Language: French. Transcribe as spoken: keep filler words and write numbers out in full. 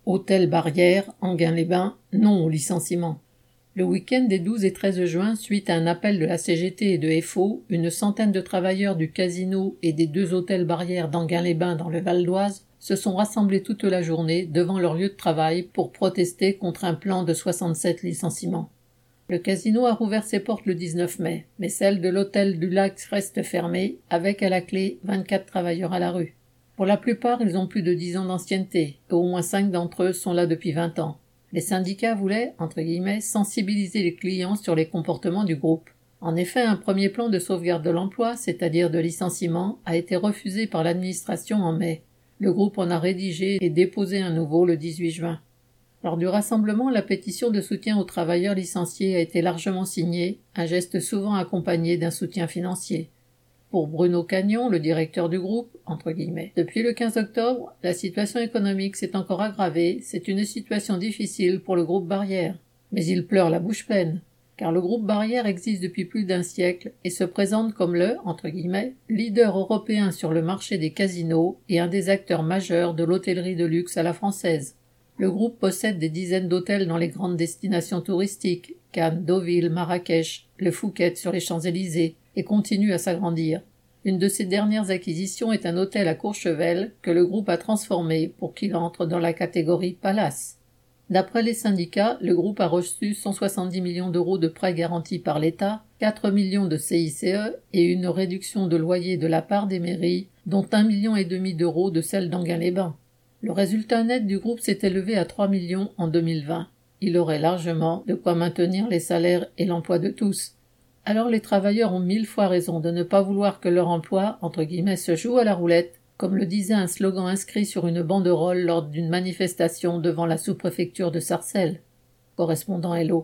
Hôtel Barrière, Enghien-les-Bains, non au licenciement. Le week-end des douze et treize juin, suite à un appel de la C G T et de F O, une centaine de travailleurs du casino et des deux hôtels Barrière d'Enghien-les-Bains dans le Val d'Oise se sont rassemblés toute la journée devant leur lieu de travail pour protester contre un plan de soixante-sept licenciements. Le casino a rouvert ses portes le dix-neuf mai, mais celle de l'hôtel du Lac reste fermée, avec à la clé vingt-quatre travailleurs à la rue. Pour la plupart, ils ont plus de dix ans d'ancienneté, et au moins cinq d'entre eux sont là depuis vingt ans. Les syndicats voulaient, entre guillemets, sensibiliser les clients sur les comportements du groupe. En effet, un premier plan de sauvegarde de l'emploi, c'est-à-dire de licenciement, a été refusé par l'administration en mai. Le groupe en a rédigé et déposé un nouveau le dix-huit juin. Lors du rassemblement, la pétition de soutien aux travailleurs licenciés a été largement signée, un geste souvent accompagné d'un soutien financier. Pour Bruno Cagnon, le directeur du groupe, entre guillemets, depuis le quinze octobre, la situation économique s'est encore aggravée, c'est une situation difficile pour le groupe Barrière. Mais il pleure la bouche pleine, car le groupe Barrière existe depuis plus d'un siècle et se présente comme le, entre guillemets, leader européen sur le marché des casinos et un des acteurs majeurs de l'hôtellerie de luxe à la française. Le groupe possède des dizaines d'hôtels dans les grandes destinations touristiques, Cannes, Deauville, Marrakech, le Phuket sur les Champs-Élysées, et continue à s'agrandir. Une de ses dernières acquisitions est un hôtel à Courchevel que le groupe a transformé pour qu'il entre dans la catégorie Palace. D'après les syndicats, le groupe a reçu cent soixante-dix millions d'euros de prêts garantis par l'État, quatre millions de C I C E et une réduction de loyer de la part des mairies, dont un million et demi d'euros de celle d'Enghien-les-Bains. Le résultat net du groupe s'est élevé à trois millions en deux mille vingt. Il aurait largement de quoi maintenir les salaires et l'emploi de tous. Alors les travailleurs ont mille fois raison de ne pas vouloir que leur emploi, entre guillemets, se joue à la roulette, comme le disait un slogan inscrit sur une banderole lors d'une manifestation devant la sous-préfecture de Sarcelles. Correspondant Hello.